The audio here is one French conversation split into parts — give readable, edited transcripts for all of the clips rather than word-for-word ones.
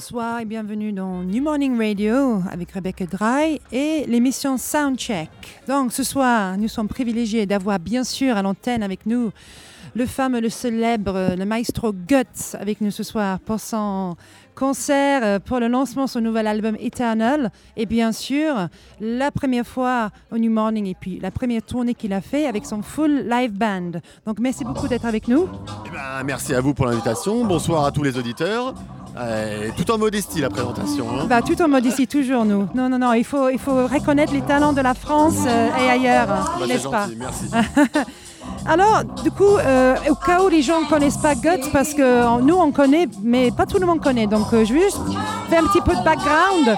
Bonsoir et bienvenue dans New Morning Radio avec Rebecca Dry et l'émission Soundcheck. Donc ce soir, nous sommes privilégiés d'avoir bien sûr à l'antenne avec nous le fameux, le célèbre, le maestro Guts avec nous ce soir pour son concert pour le lancement de son nouvel album Eternal et bien sûr la première fois au New Morning et puis la première tournée qu'il a fait avec son full live band. Donc merci beaucoup d'être avec nous. Merci à vous pour l'invitation. Bonsoir à tous les auditeurs. Tout en modestie la présentation. Hein. Tout en modestie, toujours nous. Non, il faut reconnaître les talents de la France et ailleurs, n'est-ce pas? Merci. Alors, du coup, au cas où les gens ne connaissent pas Guts, parce que nous, on connaît, mais pas tout le monde connaît. Donc, je vais juste faire un petit peu de background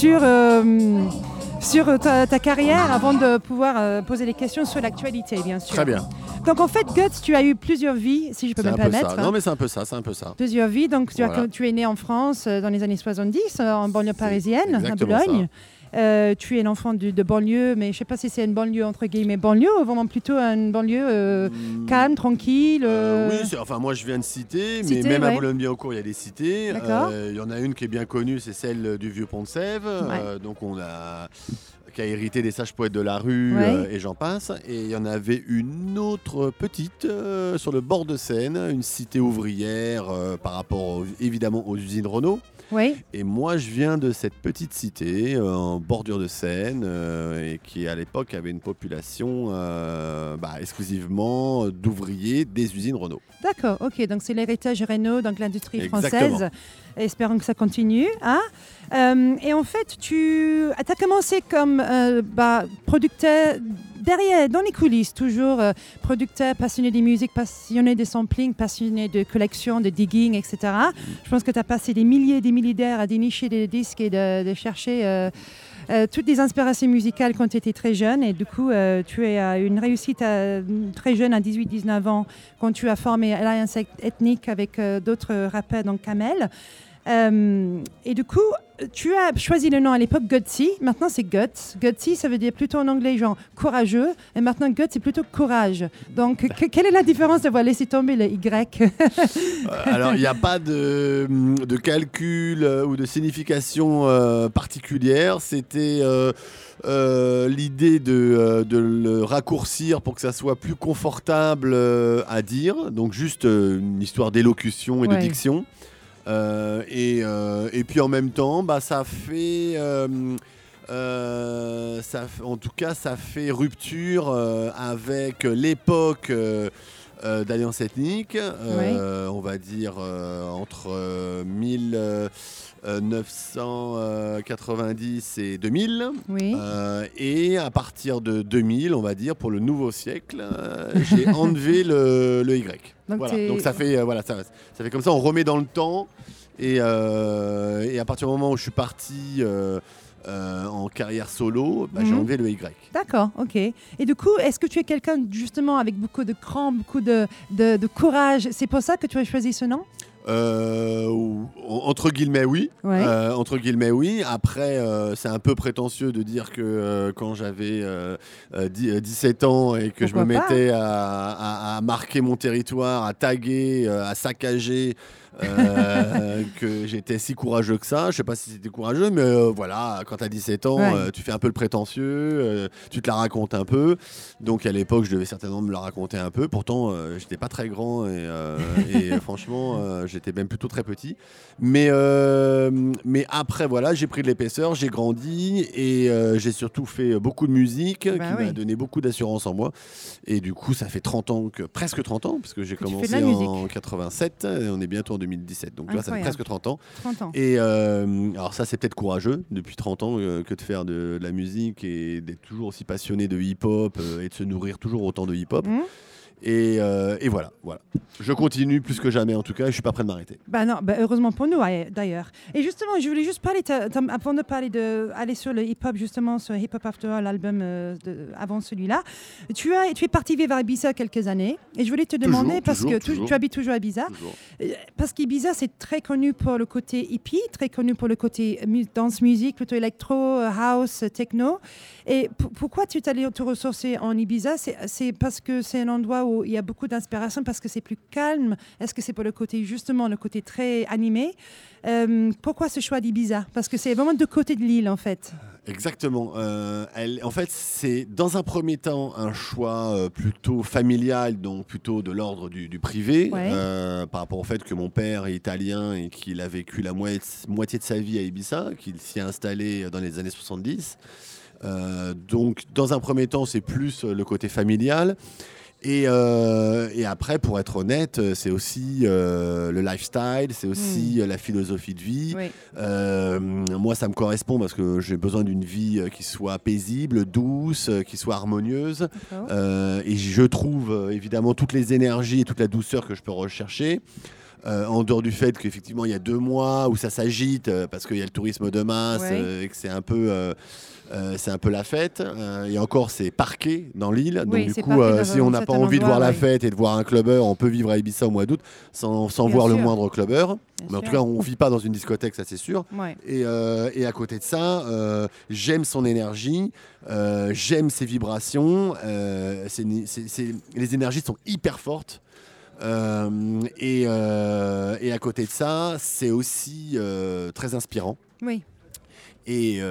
sur ta carrière avant de pouvoir poser des questions sur l'actualité, bien sûr. Très bien. Donc, en fait, Guts, tu as eu plusieurs vies, si je peux me permettre. Non, mais c'est un peu ça. Plusieurs vies. Donc, voilà. tu es né en France dans les années 70, en banlieue parisienne, à exactement Boulogne. Tu es l'enfant de banlieue, mais je ne sais pas si c'est une banlieue entre guillemets banlieue ou vraiment plutôt une banlieue calme, tranquille. Oui, moi je viens de cité, mais même à Boulogne-Billancourt il y a des cités. Il y en a une qui est bien connue, c'est celle du Vieux Pont de Sèvres. Donc qui a hérité des sages poètes de la rue et j'en passe. Et il y en avait une autre petite sur le bord de Seine, une cité ouvrière par rapport évidemment aux usines Renault. Oui. Et moi, je viens de cette petite cité en bordure de Seine et qui, à l'époque, avait une population exclusivement d'ouvriers des usines Renault. D'accord, ok. Donc, c'est l'héritage Renault, donc l'industrie Exactement. française. Espérons que ça continue. Hein. Et en fait, tu as commencé comme producteur derrière, dans les coulisses, toujours producteur, passionné des musiques, passionné des samplings, passionné de collection, de digging, etc. Je pense que tu as passé des milliers d'heures à dénicher des disques et de chercher toutes les inspirations musicales quand tu étais très jeune. Et du coup, tu as eu une réussite très jeune, à 18-19 ans, quand tu as formé Alliance Ethnique avec d'autres rappeurs, donc Kamel. Et du coup, tu as choisi le nom à l'époque Gutsy. Maintenant, c'est Guts. Gutsy, ça veut dire plutôt en anglais genre courageux. Et maintenant, Guts, c'est plutôt courage. Donc, quelle est la différence d'avoir laissé tomber le Y? Alors, il n'y a pas de calcul ou de signification particulière. C'était l'idée de le raccourcir pour que ça soit plus confortable à dire. Donc, juste une histoire d'élocution et de diction. Et puis en même temps, ça fait rupture avec l'époque d'Alliance Ethnique, on va dire entre 1990 et 2000. Oui. Et à partir de 2000, on va dire, pour le nouveau siècle, j'ai enlevé le Y. Donc ça fait comme ça, on remet dans le temps. Et à partir du moment où je suis parti en carrière solo, j'ai enlevé le Y. D'accord, ok. Et du coup, est-ce que tu es quelqu'un justement avec beaucoup de cran, beaucoup de courage? C'est pour ça que tu as choisi ce nom? Entre guillemets, oui. Ouais. Entre guillemets, oui. Après, c'est un peu prétentieux de dire que quand j'avais 17 ans et que je me mettais à marquer mon territoire, à taguer, à saccager, que j'étais si courageux que ça. Je sais pas si c'était courageux, mais voilà, quand tu as 17 ans, tu fais un peu le prétentieux, tu te la racontes un peu. Donc à l'époque, je devais certainement me la raconter un peu. Pourtant, j'étais pas très grand et franchement, j'étais même plutôt très petit. Mais après, voilà, j'ai pris de l'épaisseur, j'ai grandi et j'ai surtout fait beaucoup de musique qui m'a donné beaucoup d'assurance en moi. Et du coup, ça fait presque 30 ans, parce que j'ai commencé en 87 et on est bientôt en 2017. Donc là, ça fait presque 30 ans. 30 ans. Et alors ça, c'est peut-être courageux depuis 30 ans que de faire de la musique et d'être toujours aussi passionné de hip-hop et de se nourrir toujours autant de hip-hop. Et voilà. Je continue plus que jamais, en tout cas, et je suis pas prêt de m'arrêter. Heureusement pour nous, d'ailleurs. Et justement, je voulais juste parler, avant de parler aller sur le hip-hop, justement, sur Hip Hop After All, l'album avant celui-là. Tu es parti vivre à Ibiza quelques années, et je voulais te demander, tu habites toujours à Ibiza, parce qu'Ibiza, c'est très connu pour le côté hippie, très connu pour le côté dance music, plutôt électro, house, techno. Et pourquoi tu es allé te ressourcer en Ibiza? C'est parce que c'est un endroit où il y a beaucoup d'inspiration parce que c'est plus calme? Est-ce que c'est pour le côté très animé? Pourquoi ce choix d'Ibiza? Parce que c'est vraiment de côté de l'île, en fait. Exactement. En fait, c'est dans un premier temps un choix plutôt familial, donc plutôt de l'ordre du privé, par rapport au fait que mon père est italien et qu'il a vécu la moitié de sa vie à Ibiza, qu'il s'y est installé dans les années 70. Donc, dans un premier temps, c'est plus le côté familial. Et après, pour être honnête, c'est aussi le lifestyle, c'est aussi la philosophie de vie. Oui. Moi, ça me correspond parce que j'ai besoin d'une vie qui soit paisible, douce, qui soit harmonieuse. Et je trouve évidemment toutes les énergies et toute la douceur que je peux rechercher. En dehors du fait qu'effectivement, il y a 2 mois où ça s'agite parce qu'il y a le tourisme de masse et que c'est un peu la fête. Et encore, c'est parqué dans l'île. Donc du coup, si on n'a pas envie de voir la fête et de voir un clubbeur, on peut vivre à Ibiza au mois d'août sans voir le moindre clubbeur. Mais en tout cas, on ne vit pas dans une discothèque, ça c'est sûr. Ouais. Et à côté de ça, j'aime son énergie, j'aime ses vibrations. Les énergies sont hyper fortes. Et à côté de ça, c'est aussi très inspirant. Oui. Et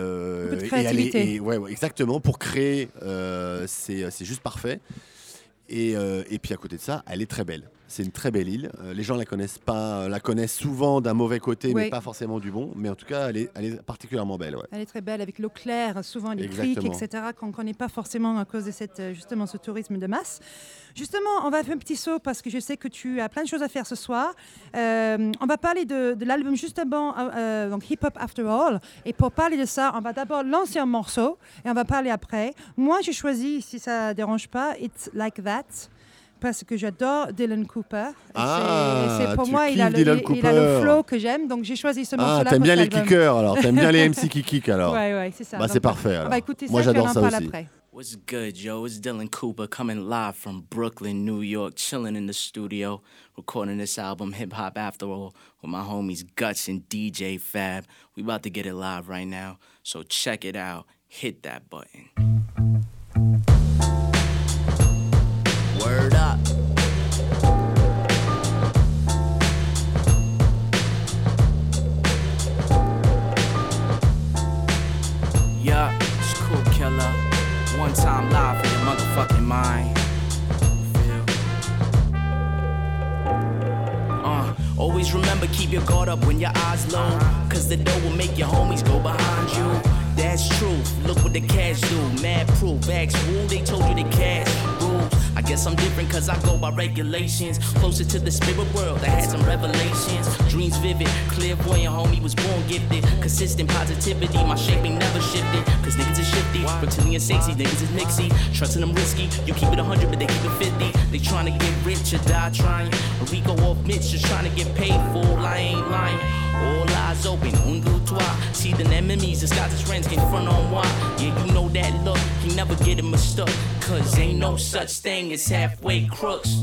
exactement, pour créer, c'est juste parfait. Et puis à côté de ça, elle est très belle. C'est une très belle île. Les gens la connaissent souvent d'un mauvais côté, mais pas forcément du bon. Mais en tout cas, elle est particulièrement belle. Ouais. Elle est très belle, avec l'eau claire, souvent les criques, etc., qu'on ne connaît pas forcément à cause de justement ce tourisme de masse. Justement, on va faire un petit saut parce que je sais que tu as plein de choses à faire ce soir. On va parler de l'album justement, donc Hip Hop After All. Et pour parler de ça, on va d'abord lancer un morceau et on va parler après. Moi, j'ai choisi, si ça ne dérange pas, It's Like That. Parce que j'adore Dylan Cooper. C'est pour moi, il a le flow que j'aime. Donc j'ai choisi ce morceau-là. T'aimes bien les kickers alors. T'aimes bien les MC qui kick alors. Ouais, c'est ça. Bah, c'est parfait alors. On va écouter moi, ça, j'adore ça aussi. Après. What's good, yo? It's Dylan Cooper coming live from Brooklyn, New York, chilling in the studio, recording this album, Hip Hop After All, with my homies Guts and DJ Fab. We about to get it live right now, so check it out. Hit that button. Word up. Yeah, it's Cool Killer. One time live for your motherfucking mind. Always remember, keep your guard up when your eyes low, cause the door will make your homies go behind you. That's true, look what the cash do. Mad proof, ask who, they told you the cash rules. I guess I'm different cause I go by regulations. Closer to the spirit world, I had some revelations. Dreams vivid, clairvoyant, homie was born gifted. Consistent positivity, my shaping never shifted. Cause niggas is shifty, reptilian sexy, niggas is mixy. Trusting them risky, you keep it 100 but they keep it 50. They trying to get rich or die trying. Rico off Mitch just trying to get paid for, I ain't lying. All eyes open, un, deux, trois. See the enemies, disguise as friends, can front on why. Yeah, you know that look, you never get it mistook. Cause ain't no such thing as halfway crooks.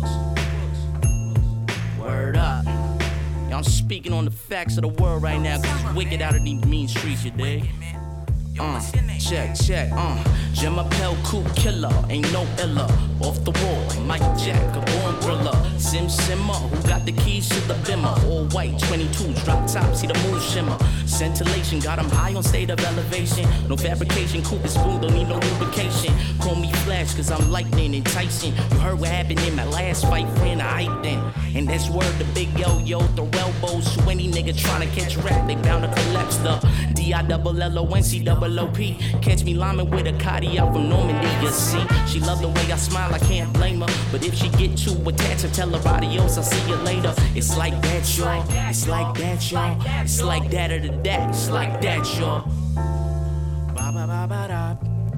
Word up. Y'all, I'm speaking on the facts of the world right now, cause it's wicked out of these mean streets, you dig? Check, Jim Appel, Cool Killer, ain't no illa. Off the wall, Mike Jack, a born thriller. Simmer, who got the keys to the bimmer? All white, 22s, drop top, see the moon shimmer. Scintillation, got him high on state of elevation. No fabrication, Coop and spoon, don't need no lubrication. Call me Flash, cause I'm lightning enticing. You heard what happened in my last fight, friend, I hyped in. And that's word the big yo, throw elbows to any nigga tryna catch rap, they bound to collapse the D-I-double-L-O-N-C-double-O-P. Catch me liming with a Cardi out from Normandy, you see. She love the way I smile, I can't blame her. But if she get too attached, I tell her adios, I'll see you later. It's like that, y'all. It's like that, y'all. It's like that or the that. It's like that, y'all. Ba-ba-ba-ba-da.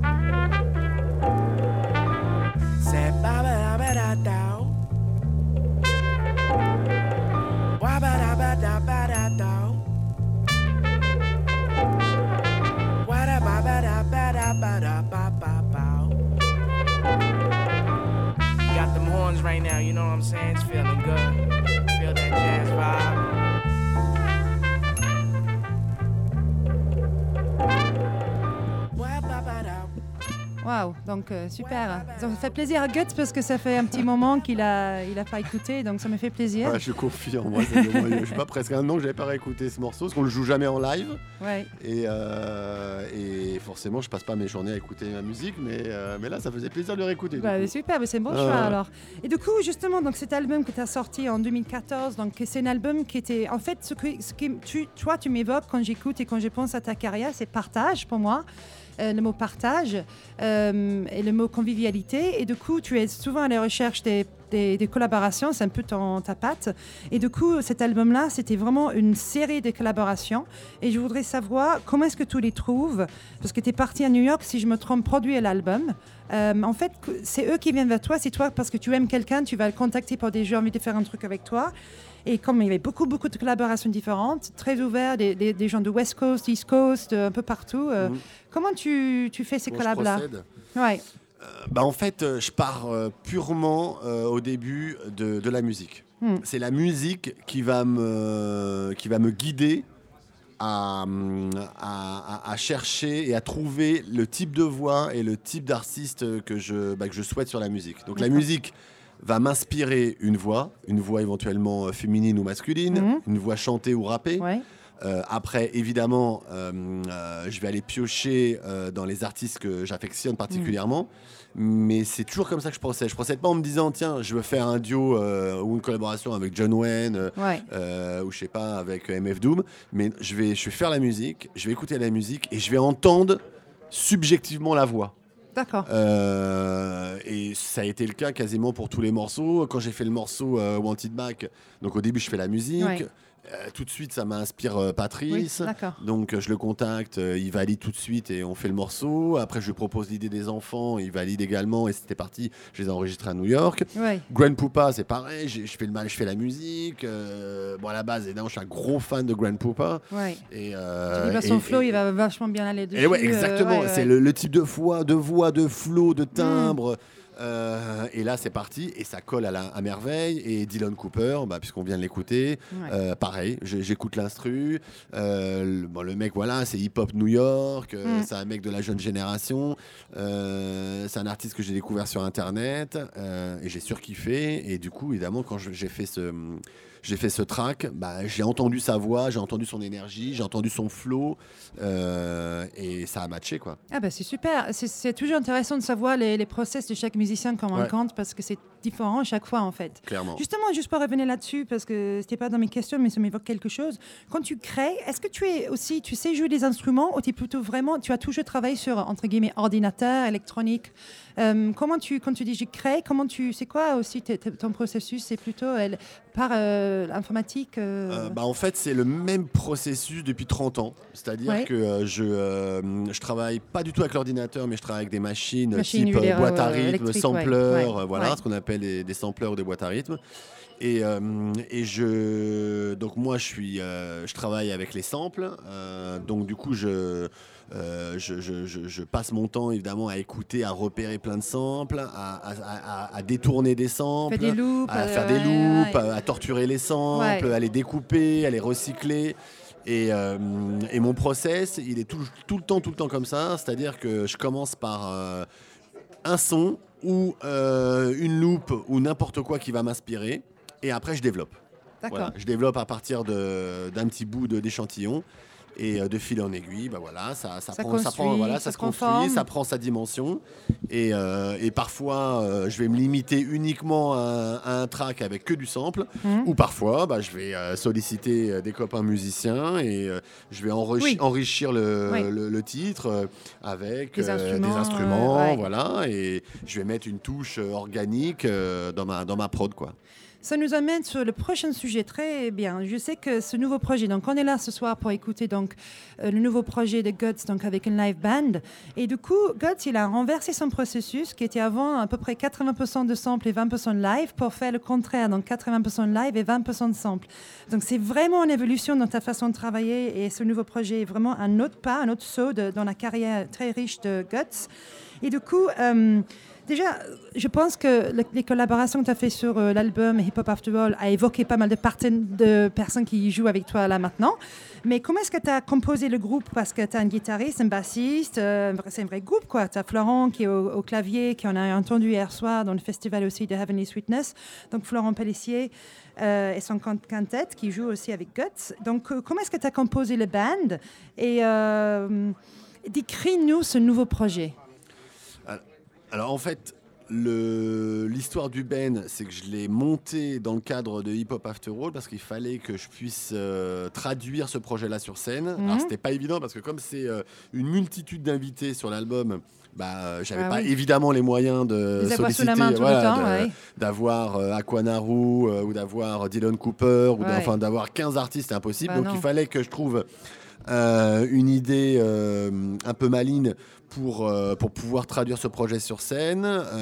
Say ba-ba-ba-ba-da-da. Ba-ba-da-ba-da-ba-da-da. Got them horns right now, you know what I'm saying? It's feeling good. Feel that jazz vibe. Waouh, donc super. Ça me fait plaisir à Guts parce que ça fait un petit moment qu'il a pas écouté, donc ça me fait plaisir. Ouais, je confirme, moi, je sais pas, presque un an que j'avais pas réécouté ce morceau, parce qu'on le joue jamais en live. Ouais. Et forcément, je passe pas mes journées à écouter ma musique, mais là, ça faisait plaisir de le réécouter. Super, c'est un bon choix alors. Et du coup, justement, donc cet album que tu as sorti en 2014, donc c'est un album qui était, en fait, ce que tu m'évoques quand j'écoute et quand je pense à ta carrière, c'est partage pour moi. Le mot partage et le mot convivialité, et du coup tu es souvent à la recherche des collaborations, c'est un peu ta patte, et du coup cet album là c'était vraiment une série de collaborations, et je voudrais savoir comment est-ce que tu les trouves, parce que tu es parti à New York, si je me trompe, produire l'album. En fait c'est eux qui viennent vers toi, c'est toi parce que tu aimes quelqu'un, tu vas le contacter pour des jeux, envie de faire un truc avec toi. Et comme il y avait beaucoup de collaborations différentes, très ouvertes, des gens de West Coast, East Coast, un peu partout. Comment tu fais ces collabs-là? Ouais. En fait, je pars purement au début de la musique. C'est la musique qui va me guider à chercher et à trouver le type de voix et le type d'artiste que je souhaite sur la musique. Donc la musique va m'inspirer une voix éventuellement féminine ou masculine, une voix chantée ou rappée. Ouais. Après, évidemment, je vais aller piocher dans les artistes que j'affectionne particulièrement, mais c'est toujours comme ça que je procède. Je procède pas en me disant, tiens, je veux faire un duo ou une collaboration avec John Wayne ou je sais pas, avec MF Doom, mais je vais faire la musique, je vais écouter la musique et je vais entendre subjectivement la voix. D'accord. Et ça a été le cas quasiment pour tous les morceaux. Quand j'ai fait le morceau Wanted Back, donc au début je fais la musique. Ouais. Tout de suite, ça m'inspire Patrice. Oui, donc je le contacte, il valide tout de suite et on fait le morceau. Après, je lui propose l'idée des enfants, il valide également et c'était parti. Je les ai enregistrés à New York. Ouais. Grand Pupa, c'est pareil. Je fais la musique. À la base, évidemment, je suis un gros fan de Grand Pupa. Ouais. Son flow, il va vachement bien aller dessus. Et ouais, exactement. C'est le type de voix, de flow, de timbre. Et là c'est parti et ça colle à merveille. Et Dylan Cooper, puisqu'on vient de l'écouter, pareil, j'écoute l'instru, le mec c'est hip-hop New York, c'est un mec de la jeune génération, c'est un artiste que j'ai découvert sur internet et j'ai surkiffé. Et du coup évidemment quand j'ai fait ce track, j'ai entendu sa voix, j'ai entendu son énergie, j'ai entendu son flow et ça a matché quoi. C'est super, c'est toujours intéressant de savoir les process de chaque musicien quand on compte, parce que c'est différent chaque fois en fait. Clairement. Justement, juste pour revenir là-dessus, parce que c'était pas dans mes questions mais ça m'évoque quelque chose. Quand tu crées, est-ce que tu sais jouer des instruments ou tu as toujours travaillé sur entre guillemets ordinateur, électronique? Quand tu dis je crée, c'est quoi aussi ton processus? C'est plutôt par l'informatique En fait, c'est le même processus depuis 30 ans. C'est-à-dire que je travaille pas du tout avec l'ordinateur, mais je travaille avec des machines type boîte à rythme, sampler, ce qu'on appelle des sampleurs ou des boîtes à rythme. Donc moi, je travaille avec les samples. Donc du coup, je passe mon temps évidemment à écouter, à repérer plein de samples, à détourner des samples, à faire des loops, à torturer les samples, à les découper, à les recycler. Et mon process, il est tout le temps comme ça. C'est-à-dire que je commence par un son ou une loop ou n'importe quoi qui va m'inspirer. Et après, je développe. Voilà, je développe à partir d'un petit bout d'échantillon. Et de fil en aiguille, ça se construit, ça prend sa dimension. Et parfois, je vais me limiter uniquement à un track avec que du sample. Ou parfois, je vais solliciter des copains musiciens et je vais enrichir le titre avec des instruments. Et je vais mettre une touche organique dans ma prod, quoi. Ça nous amène sur le prochain sujet. Très bien. Je sais que ce nouveau projet, donc on est là ce soir pour écouter le nouveau projet de Guts, donc avec une live band. Et du coup, Guts, il a renversé son processus qui était avant à peu près 80% de samples et 20% de live pour faire le contraire, donc 80% de live et 20% de samples. Donc c'est vraiment une évolution dans ta façon de travailler et ce nouveau projet est vraiment un autre pas, un autre saut dans la carrière très riche de Guts. Et du coup, Déjà, je pense que les collaborations que tu as fait sur l'album Hip Hop After All a évoqué pas mal de personnes qui jouent avec toi là maintenant. Mais comment est-ce que tu as composé le groupe? Parce que tu as un guitariste, un bassiste, c'est un vrai groupe, quoi. Tu as Florent qui est au clavier, qu'on a entendu hier soir dans le festival aussi de Heavenly Sweetness. Donc Florent Pellissier et son quintet qui joue aussi avec Guts. Donc comment est-ce que tu as composé le band? Et décris-nous ce nouveau projet. Alors en fait, l'histoire du band, c'est que je l'ai monté dans le cadre de Hip Hop After All parce qu'il fallait que je puisse traduire ce projet-là sur scène. Alors c'était pas évident parce que comme c'est une multitude d'invités sur l'album, j'avais pas évidemment les moyens de solliciter, d'avoir Aquanaru ou d'avoir Dylan Cooper ou d'avoir 15 artistes, c'est impossible. Donc il fallait que je trouve une idée un peu maligne pour pouvoir traduire ce projet sur scène.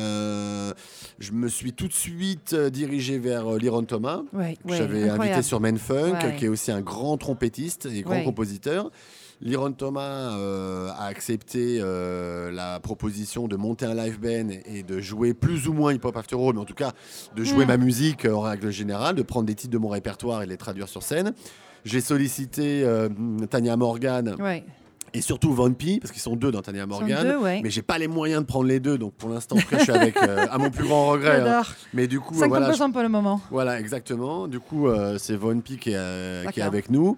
Je me suis tout de suite dirigé vers Liron Thomas, que j'avais invité sur Men Funk, qui est aussi un grand trompettiste et grand compositeur. Liron Thomas a accepté la proposition de monter un live band et de jouer plus ou moins Hip Hop After All, mais en tout cas de jouer ma musique en règle générale, de prendre des titres de mon répertoire et de les traduire sur scène. J'ai sollicité Tanya Morgan et surtout Von P, parce qu'ils sont deux dans Tanya Morgan, mais j'ai pas les moyens de prendre les deux, donc pour l'instant je suis avec, à mon plus grand regret. Mais du coup, 50% pour le moment. Voilà, exactement. Du coup, c'est Von P qui est avec nous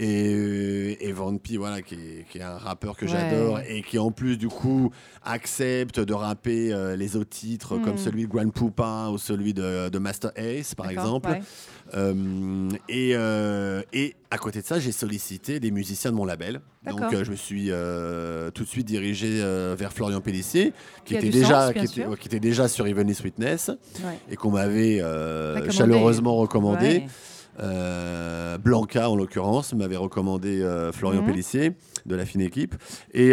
et Von P, voilà, qui est un rappeur que j'adore et qui en plus du coup accepte de rapper les autres titres comme celui de Grand Poupa ou celui de Master Ace par exemple. Et à côté de ça, j'ai sollicité des musiciens de mon label. Donc je me suis tout de suite dirigé vers Florian Pellissier, qui était déjà sur Heavenly Sweetness et qu'on m'avait chaleureusement recommandé. Blanca en l'occurrence m'avait recommandé Florian Pellissier de la fine équipe et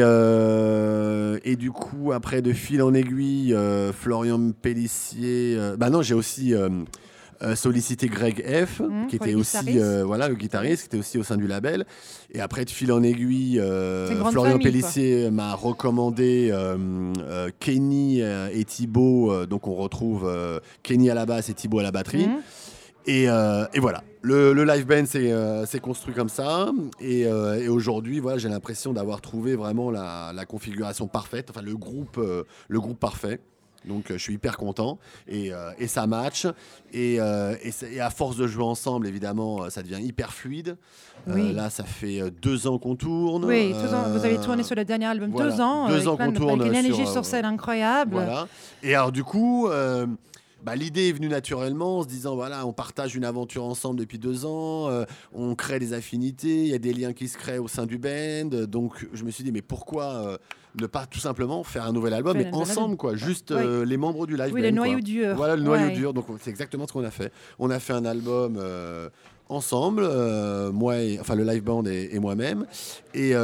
du coup après de fil en aiguille Florian Pellissier j'ai aussi sollicité Greg F, qui était aussi le guitariste, qui était aussi au sein du label. Et après, de fil en aiguille, Florian Pellissier m'a recommandé Kenny et Thibaut. Donc on retrouve Kenny à la basse et Thibaut à la batterie. Et voilà, le live band s'est construit comme ça. Et aujourd'hui, voilà, j'ai l'impression d'avoir trouvé vraiment la configuration parfaite, enfin le groupe parfait. Donc je suis hyper content et ça match et à force de jouer ensemble évidemment ça devient hyper fluide. Là ça fait 2 ans qu'on tourne. Oui, 2 ans. Vous avez tourné sur le dernier album. Voilà, 2 ans. 2 ans qu'on tourne. Avec une énergie sur scène incroyable. Voilà. Et alors du coup. L'idée est venue naturellement en se disant voilà, on partage une aventure ensemble depuis 2 ans, on crée des affinités, il y a des liens qui se créent au sein du band. Donc je me suis dit mais pourquoi ne pas tout simplement faire un nouvel album mais ensemble quoi, juste les membres du live band. Le noyau dur. Voilà le noyau dur. Donc c'est exactement ce qu'on a fait. On a fait un album ensemble, le live band et moi-même, et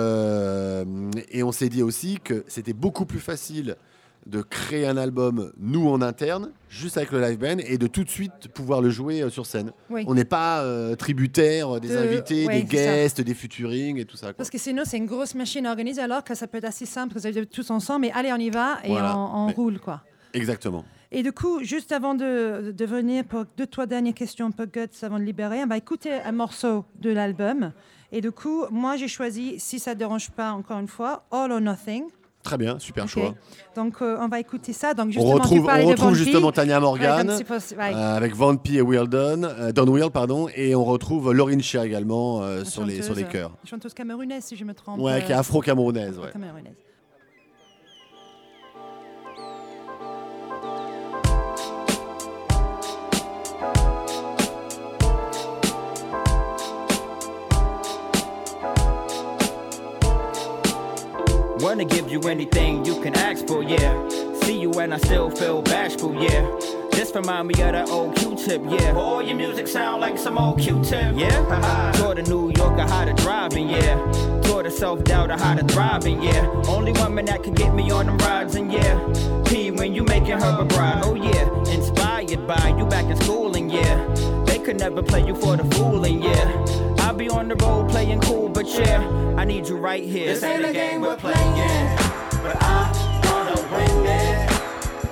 on s'est dit aussi que c'était beaucoup plus facile de créer un album, nous, en interne, juste avec le live band, et de tout de suite pouvoir le jouer sur scène. On n'est pas tributaire des invités, des guests, des featuring et tout ça. Parce que sinon, c'est une grosse machine organisée, alors que ça peut être assez simple, que vous êtes tous ensemble, mais allez, on y va, et on roule, quoi. Exactement. Et du coup, juste avant de venir pour 2-3 dernières questions pour Guts, avant de libérer, on va écouter un morceau de l'album. Et du coup, moi, j'ai choisi, si ça ne dérange pas, encore une fois, All or Nothing. Très bien, super choix. Donc on va écouter ça. Donc justement, on retrouve justement Tanya Morgan avec Von P et Don Will, et on retrouve Lauryn Cher également sur les chœurs. Une chanteuse camerounaise, si je me trompe. Ouais, qui est afro-camerounaise. Ouais. Wanna give you anything you can ask for, yeah. See you and I still feel bashful, yeah. This remind me of that old Q-tip, yeah. All your music sound like some old Q-tip, yeah. Taught a New Yorker how to driving, yeah. Taught a self-doubter how to thriving, yeah. Only woman that can get me on them rides, and yeah. P when you making her a bride, oh yeah. Inspired by you back in schooling, yeah. They could never play you for the fooling, yeah. I'll be on the road playing cool, but yeah, I need you right here. This ain't a game we're playing, but I'm gonna win it.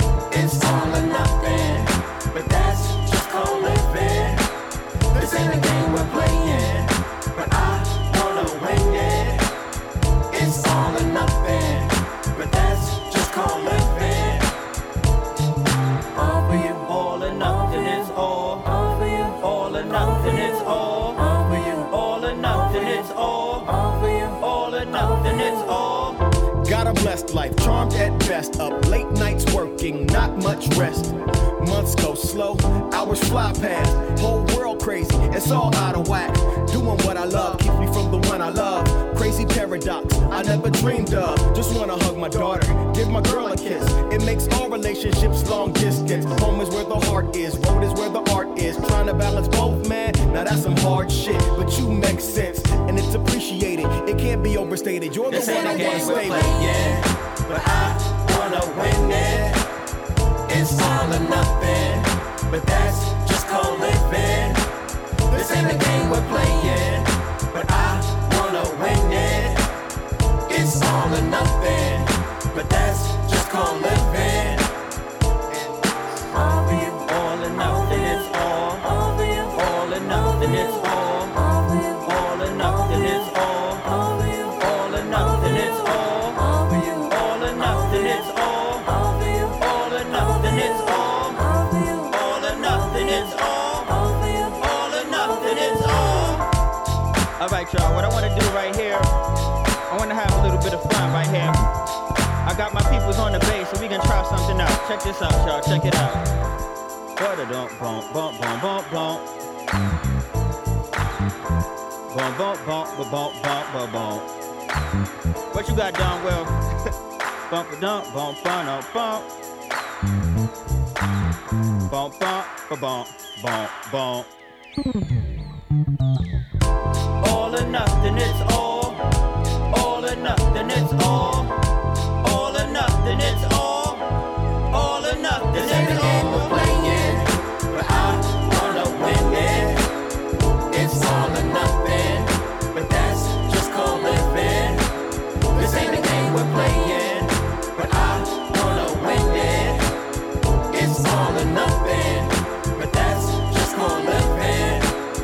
It's all or nothing, but that's just called living. This ain't a game we're playing, but I wanna win it. It's all or nothing, but that's just called living. All for you, all or nothing is all. All for you, all or nothing is all. All for you, all or nothing is all. All for you, all or nothing is all. Got a blessed life, charmed at best. Up late nights working, not much rest. Months go slow, hours fly past. Whole world crazy, it's all out of whack. Doing what I love keeps me from the one I love. Crazy paradox, I never dreamed of. Just wanna hug my daughter, give my girl a kiss. It makes all relationships long distance. Home is where the heart is, road is where the art is. Trying to balance both, man, now that's some hard shit. But you make sense, and it's appreciated. It can't be overstated, you're the one I wanna stay with. Yeah, but I wanna win it. It's all or nothing, but that's just called living. This ain't a game we're playing, but I wanna win it. It's all or nothing, but that's just called living. All for you, all or nothing is all. All for you, all or nothing is all. All for you, all or nothing is all. All for you, all or nothing is all. All for you, all or nothing is all. All for you, all or nothing is all. All for you, all or nothing is all. All for you, all or nothing is all. All right, y'all, what I want to do right here, I want to have a little bit of fun right here. I got my peoples on the bass, so we can try something out. Check this out, y'all, check it out. Bum, bum, bum, bum, bum, bum. Bum, bum, bum, bum, bum, bum, bum. What you got, Don Will? Bump, dum, bum, bum, bum. Bum, bum, bum, bum, bum. All or nothing, it's all. All or nothing, it's all. All or nothing, it's all. All or nothing, This ain't a game we're playing, but I wanna win it. It's all or nothing, but that's just called living. This ain't a game we're playing, but I wanna win it. It's all or nothing, but that's just called living.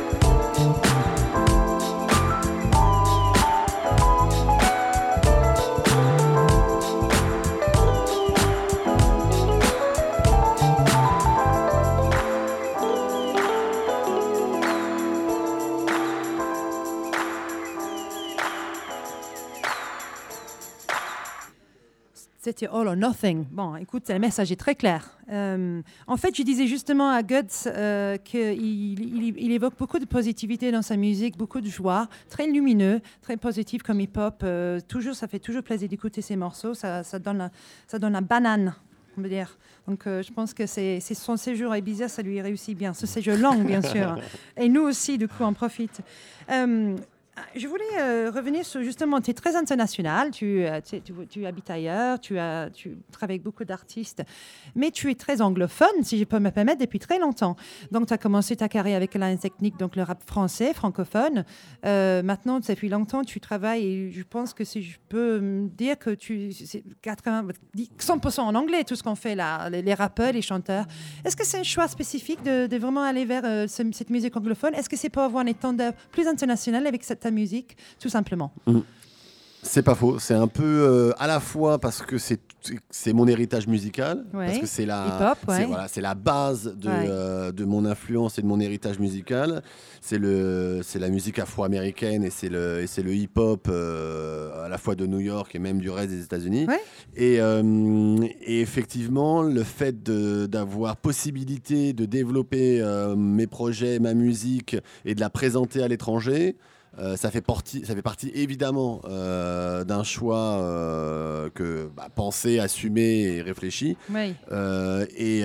C'était All or Nothing. Bon, écoute, le message est très clair. En fait, je disais justement à Guts qu'il évoque beaucoup de positivité dans sa musique, beaucoup de joie, très lumineux, très positif comme hip-hop. Toujours, ça fait toujours plaisir d'écouter ses morceaux. Ça donne la banane, on veut dire. Donc, je pense que c'est son séjour à Ibiza, ça lui réussit bien. Ce séjour long, bien sûr. Et nous aussi, du coup, on profite. Je voulais revenir sur, justement, tu es très international, tu habites ailleurs, tu travailles avec beaucoup d'artistes, mais tu es très anglophone, si je peux me permettre, depuis très longtemps. Donc, tu as commencé ta carrière avec Alliance Technique, donc le rap français, francophone. Maintenant, depuis longtemps, tu travailles, et je pense que si je peux me dire que c'est 100% en anglais, tout ce qu'on fait là, les rappeurs, les chanteurs. Est-ce que c'est un choix spécifique de vraiment aller vers cette musique anglophone? Est-ce que c'est pour avoir un étendard plus international avec ta musique, tout simplement? C'est pas faux. C'est un peu à la fois parce que c'est mon héritage musical, Ouais. parce que c'est la, Hip-hop, ouais. c'est la base de mon influence et de mon héritage musical. C'est la musique afro-américaine et c'est le hip-hop à la fois de New York et même du reste des États-Unis. Ouais. Et effectivement, le fait d'avoir possibilité de développer mes projets, ma musique et de la présenter à l'étranger. Ça fait partie évidemment d'un choix pensé, assumé et réfléchi. Oui. Et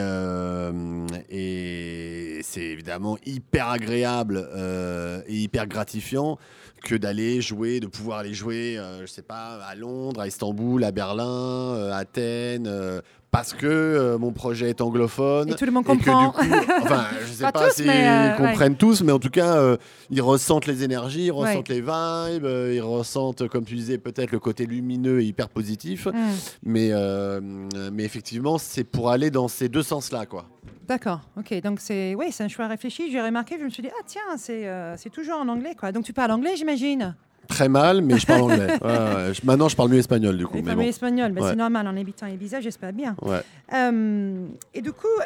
c'est évidemment hyper agréable et hyper gratifiant que d'aller jouer, de pouvoir aller jouer, je sais pas, à Londres, à Istanbul, à Berlin, à Athènes, parce que mon projet est anglophone. Et tout le monde comprend. Que, du coup, enfin, je sais pas tous, s'ils comprennent ouais. tous, mais en tout cas, ils ressentent les énergies, ils ressentent les vibes, ils ressentent, comme tu disais, peut-être le côté lumineux et hyper positif. Mais effectivement, c'est pour aller dans ces deux sens-là, quoi. D'accord, ok. Donc c'est un choix réfléchi. J'ai remarqué, je me suis dit, ah tiens, c'est toujours en anglais, quoi. Donc tu parles anglais, j'imagine? Très mal, mais je parle anglais. Maintenant, je parle mieux espagnol, du coup. Tu parles mieux espagnol, mais c'est normal, en habitant Ibiza, j'espère bien. Ouais. Et du coup,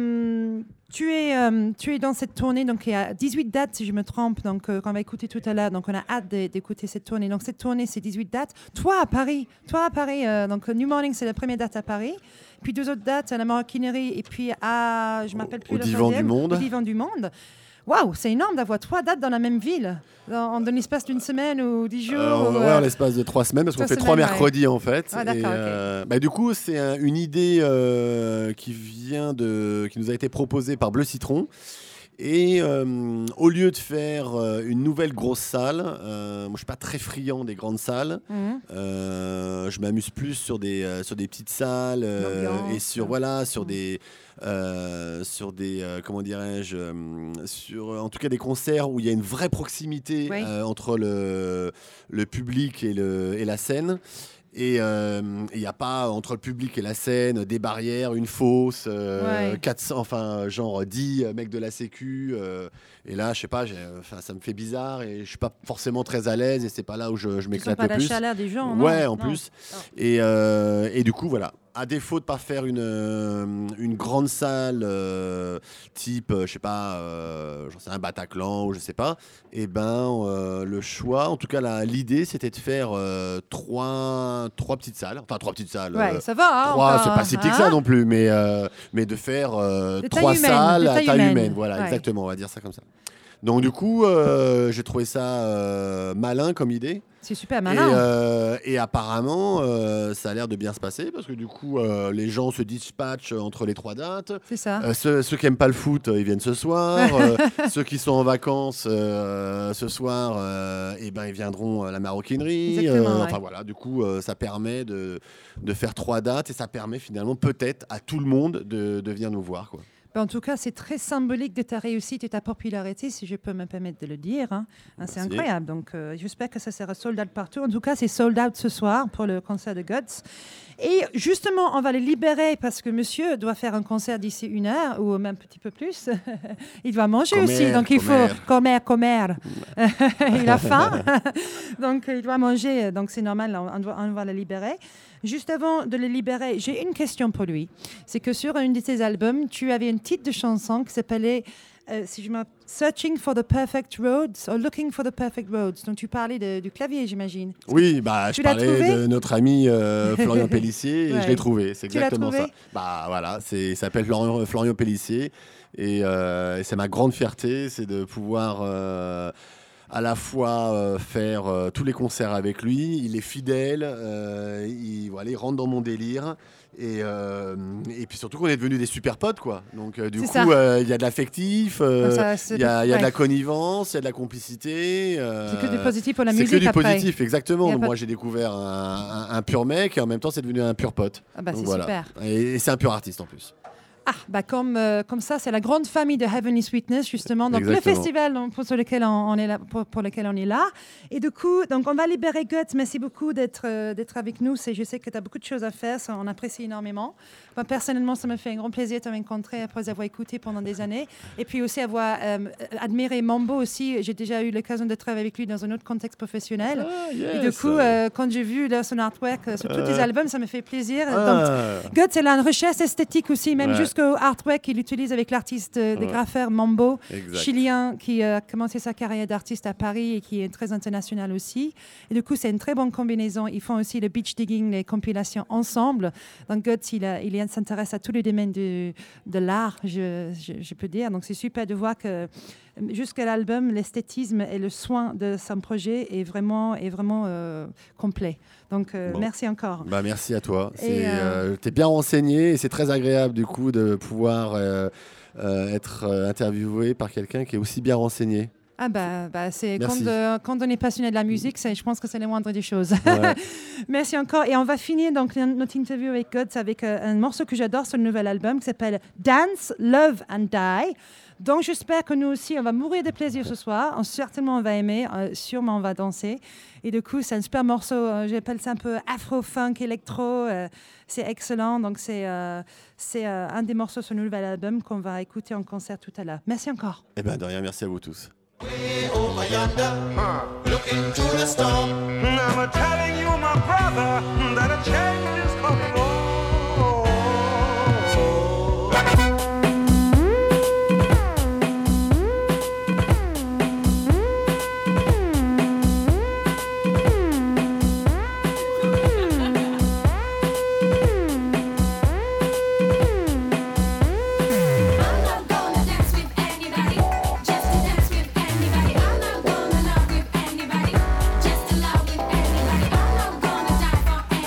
tu es dans cette tournée, donc il y a 18 dates, si je me trompe, donc qu'on va écouter tout à l'heure. Donc on a hâte d'écouter cette tournée. Donc cette tournée, c'est 18 dates. Toi à Paris, donc New Morning, c'est la première date à Paris. Puis 2 autres dates à la Maroquinerie et puis à, je m'appelle plus au le Divan du Monde. Au Divan du Monde. Waouh, c'est énorme d'avoir 3 dates dans la même ville, en l'espace d'une semaine ou 10 jours. En l'espace de 3 semaines, parce qu'on fait 3 mercredis en fait. Ah, d'accord, du coup, c'est une idée qui nous a été proposée par Bleu Citron. Et au lieu de faire une nouvelle grosse salle, moi je suis pas très friand des grandes salles. Je m'amuse plus sur des petites salles et sur des comment dirais-je, en tout cas des concerts où il y a une vraie proximité entre le public et la scène. Et il n'y a pas entre le public et la scène des barrières, une fosse, 400, enfin genre 10 mecs de la sécu. Et là, je sais pas, ça me fait bizarre et je suis pas forcément très à l'aise et c'est pas là où je m'éclate le plus. Pas la chaleur des gens. Ouais, non, en plus. Et du coup, voilà. À défaut de pas faire une grande salle type, je sais pas, j'en sais un Bataclan ou je sais pas, et le choix, en tout cas l'idée, c'était de faire 3 petites salles, enfin 3 petites salles. Ouais, ça va. 3, c'est pas si petit que ça non plus, mais de faire 3 salles à taille humaine. Voilà, exactement, on va dire ça comme ça. Donc du coup, j'ai trouvé ça malin comme idée. C'est super malin. Et apparemment, ça a l'air de bien se passer parce que du coup, les gens se dispatchent entre les 3 dates. C'est ça. Ceux qui n'aiment pas le foot, ils viennent ce soir. Ceux qui sont en vacances ce soir, ils viendront à la maroquinerie. Enfin voilà, du coup, ça permet de faire 3 dates et ça permet finalement peut-être à tout le monde de venir nous voir, quoi. En tout cas, c'est très symbolique de ta réussite et ta popularité, si je peux me permettre de le dire. C'est incroyable. Donc, j'espère que ça sera sold out partout. En tout cas, c'est sold out ce soir pour le concert de Guts. Et justement, on va les libérer parce que monsieur doit faire un concert d'ici 1 heure ou même un petit peu plus. Il doit manger aussi. Donc, il faut comer. Il a faim. Donc, il doit manger. Donc, c'est normal. On va le libérer. Juste avant de le libérer, j'ai une question pour lui. C'est que sur un de tes albums, tu avais un titre de chanson qui s'appelait Searching for the Perfect Roads or Looking for the Perfect Roads. Donc tu parlais du clavier, j'imagine. Oui, je parlais de notre ami Florian Pellissier et je l'ai trouvé. C'est exactement ça. Voilà, ça s'appelle Florian Pellissier et c'est ma grande fierté, c'est de pouvoir à la fois faire tous les concerts avec lui. Il est fidèle, il rentre dans mon délire. Et puis surtout qu'on est devenus des super potes, quoi. Donc du coup, il y a de l'affectif, il y a de la connivence, il y a de la complicité. C'est que du positif pour la musique. C'est que du après. positif, exactement. Moi, j'ai découvert un pur mec et en même temps, c'est devenu un pur pote. Donc, c'est super. Et c'est un pur artiste en plus. Comme ça, c'est la grande famille de Heavenly Sweetness, justement. Donc, exactement. le festival pour lequel on est là, pour lequel on est là. Et du coup, donc, on va libérer Guts. Merci beaucoup d'être avec nous. Je sais que tu as beaucoup de choses à faire. Ça, on apprécie énormément. Moi, personnellement, ça me fait un grand plaisir de te rencontrer après avoir écouté pendant des années. Et puis aussi avoir admiré Mambo aussi. J'ai déjà eu l'occasion de travailler avec lui dans un autre contexte professionnel. Yes. Et du coup, quand j'ai vu son artwork sur tous tes albums, ça me fait plaisir. Donc, Guts, elle a une recherche esthétique aussi, même jusqu'au artwork qu'il utilise avec l'artiste des graffeurs Mambo, chilien, qui a commencé sa carrière d'artiste à Paris et qui est très international aussi. Et du coup, c'est une très bonne combinaison. Ils font aussi le beach digging, les compilations ensemble. Donc, Guts, il s'intéresse à tous les domaines de l'art, je peux dire. Donc, c'est super de voir que jusqu'à l'album, l'esthétisme et le soin de son projet est vraiment complet. Donc, merci encore. Merci à toi. T'es bien renseigné et c'est très agréable du coup de pouvoir être interviewé par quelqu'un qui est aussi bien renseigné. Ah c'est quand on est passionné de la musique, je pense que c'est la moindre des choses. Ouais. Merci encore. Et on va finir donc notre interview avec Guts avec un morceau que j'adore sur le nouvel album qui s'appelle Dance, Love and Die. Donc j'espère que nous aussi, on va mourir de plaisir ce soir. Certainement on va aimer, sûrement on va danser. Et du coup, c'est un super morceau, j'appelle ça un peu afro-funk, électro. C'est excellent. Donc c'est un des morceaux sur le nouvel album qu'on va écouter en concert tout à l'heure. Merci encore. Eh bien, de rien, merci à vous tous. Way over yonder, looking through the storm. I'm telling you, my brother, that a change is coming on. For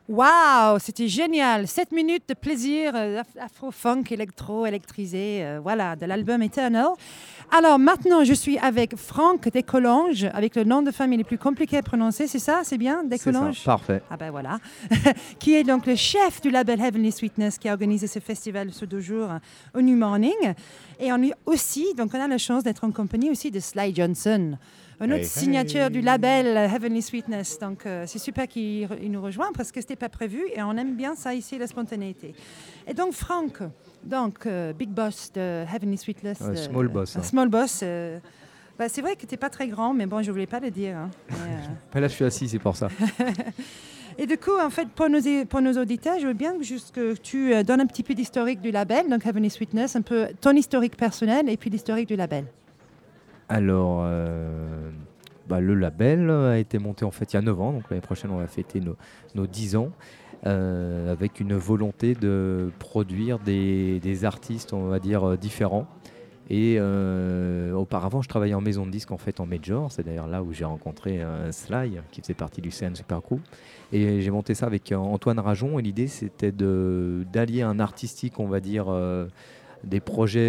Waouh, c'était génial. 7 minutes de plaisir afro-funk, électro, électrisé, voilà, de l'album Eternal. Alors maintenant, je suis avec Franck Descollanges, avec le nom de famille le plus compliqué à prononcer, c'est ça? C'est bien, Descollanges? C'est ça, parfait. Ah ben voilà. Qui est donc le chef du label Heavenly Sweetness qui a organisé ce festival sur 2 jours au New Morning. Et on est aussi, donc on a la chance d'être en compagnie aussi de Sly Johnson, un autre signature du label Heavenly Sweetness. Donc, c'est super qu'il nous rejoigne parce que ce n'était pas prévu et on aime bien ça ici, la spontanéité. Et donc, Franck, big boss de Heavenly Sweetness. Small boss. Small boss. C'est vrai que tu n'es pas très grand, mais bon, je ne voulais pas le dire. Hein. Mais là, je suis assis, c'est pour ça. Et du coup, en fait, pour nos auditeurs, je veux bien juste que tu donnes un petit peu d'historique du label, donc Heavenly Sweetness, un peu ton historique personnel et puis l'historique du label. Alors, le label a été monté en fait il y a 9 ans, donc l'année prochaine on va fêter nos 10 ans, avec une volonté de produire des artistes, on va dire, différents. Et auparavant, je travaillais en maison de disques, en fait, en major. C'est d'ailleurs là où j'ai rencontré Sly, qui faisait partie du CN Super Crew. Et j'ai monté ça avec Antoine Rajon. Et l'idée, c'était d'allier un artistique, on va dire, des projets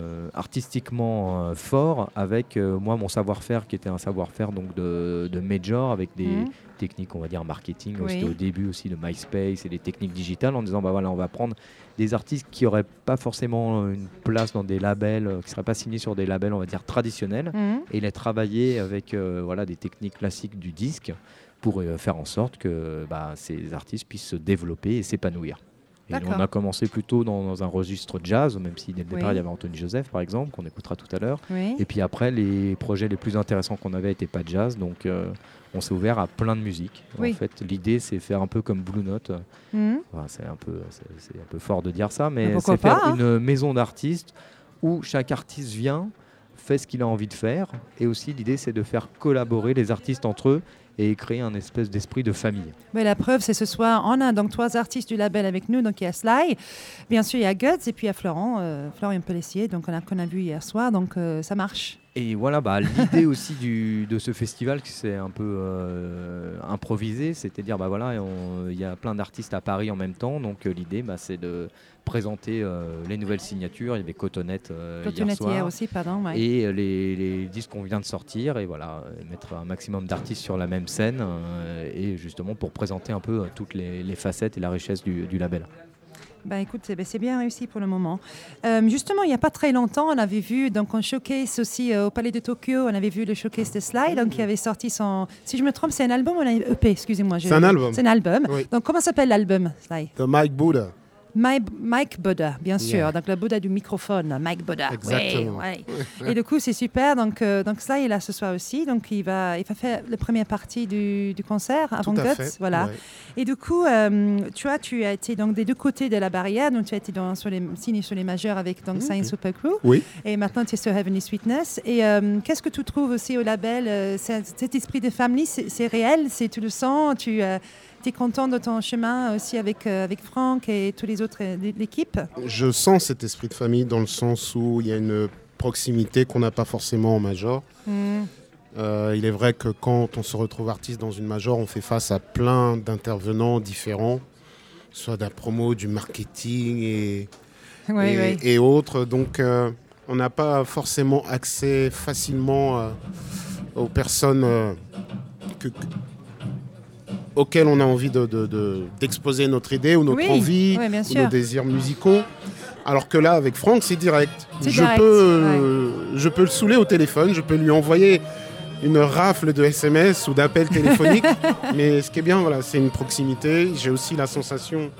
artistiquement forts avec moi, mon savoir-faire, qui était un savoir-faire donc de major, avec des techniques, on va dire, marketing. C'était au début aussi de MySpace et des techniques digitales, en disant, on va prendre des artistes qui n'auraient pas forcément une place dans des labels, qui ne seraient pas signés sur des labels, on va dire, traditionnels, et les travailler avec des techniques classiques du disque pour faire en sorte que ces artistes puissent se développer et s'épanouir. Et on a commencé plutôt dans un registre jazz, même si dès le départ il y avait Anthony Joseph par exemple, qu'on écoutera tout à l'heure. Et puis après, les projets les plus intéressants qu'on avait n'étaient pas jazz, donc on s'est ouvert à plein de musique. En fait, l'idée c'est faire un peu comme Blue Note. C'est un peu fort de dire ça, mais c'est faire une maison d'artistes où chaque artiste vient, fait ce qu'il a envie de faire, et aussi l'idée c'est de faire collaborer les artistes entre eux et créer un espèce d'esprit de famille. Oui, la preuve, c'est ce soir, on a donc 3 artistes du label avec nous. Donc il y a Sly, bien sûr il y a Guts, et puis il y a Florian Pellessier, donc qu'on a vu hier soir, donc ça marche. Et voilà, l'idée aussi de ce festival, qui s'est un peu improvisé, c'est-à-dire il y a plein d'artistes à Paris en même temps, donc l'idée c'est de présenter les nouvelles signatures. Il y avait Cotonette hier soir aussi, pardon, et les disques qu'on vient de sortir, et mettre un maximum d'artistes sur la même scène, et justement pour présenter un peu toutes les facettes et la richesse du label. Écoute, c'est bien réussi pour le moment. Justement, il n'y a pas très longtemps, on avait vu donc un showcase aussi au Palais de Tokyo. On avait vu le showcase de Sly, donc qui avait sorti son. Si je me trompe, c'est un album ou un EP? Excusez-moi. C'est un album. C'est un album. Oui. Donc comment s'appelle l'album, Sly? The Mike Buddha. Mike Buddha, bien sûr. Donc le Buddha du microphone, Mike Buddha. Exactement. Et du coup, c'est super. Donc ça, il est là ce soir aussi. Donc il va faire la première partie du concert avant Guts. Voilà. Ouais. Et du coup, tu as été donc des 2 côtés de la barrière. Donc tu as été signé sur les majeurs avec Science Super Crew. Oui. Et maintenant, tu es sur Heavenly Sweetness. Et qu'est-ce que tu trouves aussi au label? Cet esprit de famille, c'est réel? Tu le sens? Tu es content de ton chemin aussi avec Franck et tous les autres de l'équipe? Je sens cet esprit de famille dans le sens où il y a une proximité qu'on n'a pas forcément en major. Il est vrai que quand on se retrouve artiste dans une major, on fait face à plein d'intervenants différents, soit de la promo, du marketing et autres. Donc on n'a pas forcément accès facilement aux personnes auxquels on a envie d'exposer notre idée ou notre envie ou nos désirs musicaux. Alors que là, avec Franck, c'est direct. Je peux le saouler au téléphone, je peux lui envoyer une rafle de SMS ou d'appels téléphoniques. Mais ce qui est bien, c'est une proximité. J'ai aussi la sensation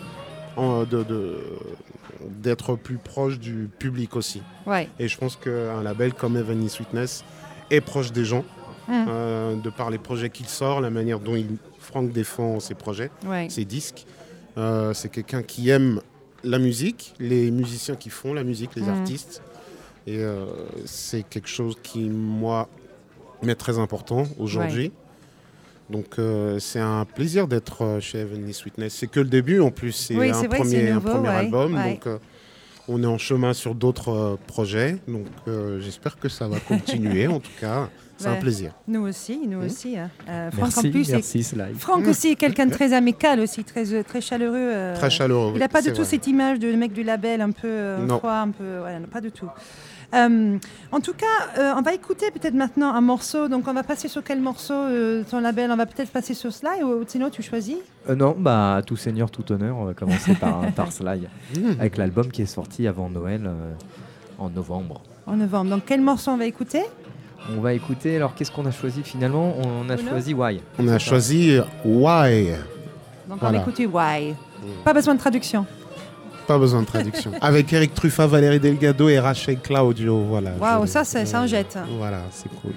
d'être plus proche du public aussi. Et je pense qu'un label comme Heavenly Sweetness est proche des gens, de par les projets qu'il sort, la manière dont Franck défend ses projets, ses disques. C'est quelqu'un qui aime la musique, les musiciens qui font la musique, les artistes. Et c'est quelque chose qui, moi, m'est très important aujourd'hui. Donc c'est un plaisir d'être chez Heavenly Sweetness. C'est que le début en plus, c'est un premier album. Donc On est en chemin sur d'autres projets, donc j'espère que ça va continuer. En tout cas, c'est un plaisir. Nous aussi. Hein. Franck, merci Sly. Franck aussi est quelqu'un de très amical aussi, très chaleureux. Très chaleureux. Il n'a pas du tout cette image de mec du label un peu froid, un peu, pas du tout. En tout cas, on va écouter peut-être maintenant un morceau. Donc, on va passer sur quel morceau ton label? On va peut-être passer sur Sly ou Tino, tu choisis? Non, tout seigneur, tout honneur. On va commencer par Sly, avec l'album qui est sorti avant Noël en novembre. Donc, quel morceau on va écouter? On va écouter. Alors, qu'est-ce qu'on a choisi finalement? On a choisi Why. On a choisi Why. Donc, on va écouter Why. Pas besoin de traduction. Pas besoin de traduction. Avec Eric Truffat, Valérie Delgado et Rachel Claudio. Voilà. Waouh, ça en jette. Voilà, c'est cool.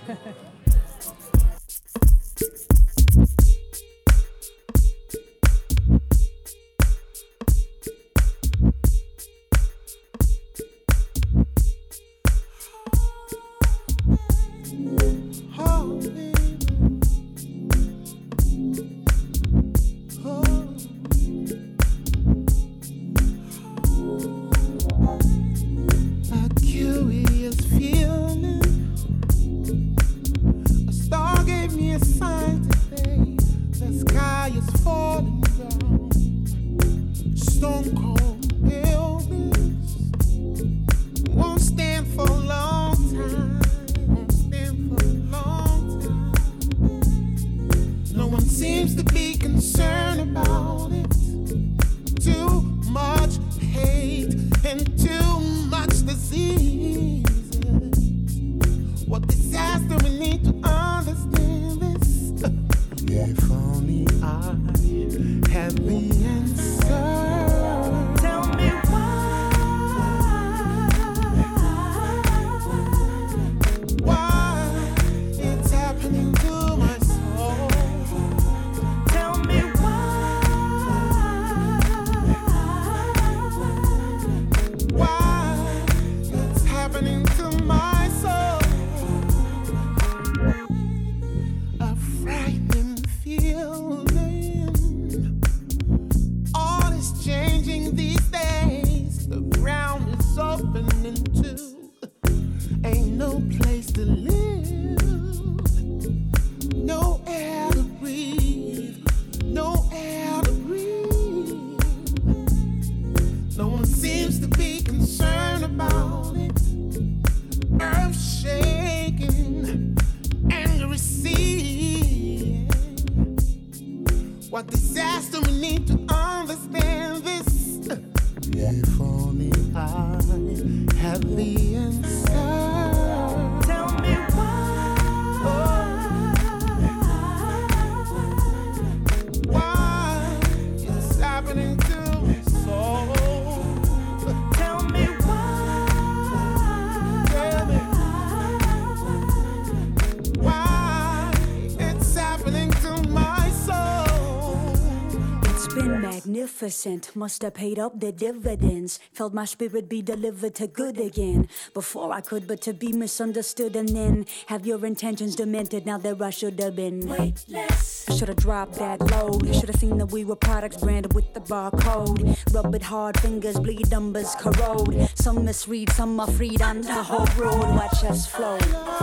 Must have paid up the dividends. Felt my spirit be delivered to good again. Before I could, but to be misunderstood and then have your intentions demented. Now there I should have been weightless. I should have dropped that load. Should have seen that we were products branded with the barcode. Rub it hard, fingers bleed, numbers corrode. Some misread, some are freed on the whole road. Watch us flow.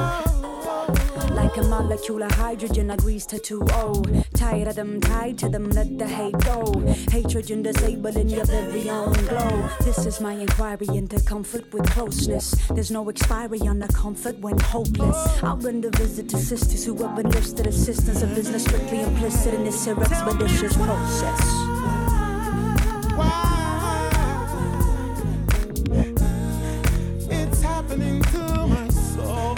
Like a molecule of hydrogen, agrees to 2O. Tired of them, tied to them, let the hate go. Hatred and disabling your very own glow. This is my inquiry into comfort with closeness. There's no expiry on the comfort when hopeless. I'll render visit to sisters who have enlisted assistance. A business strictly implicit in this here expeditious process. It's happening to my soul.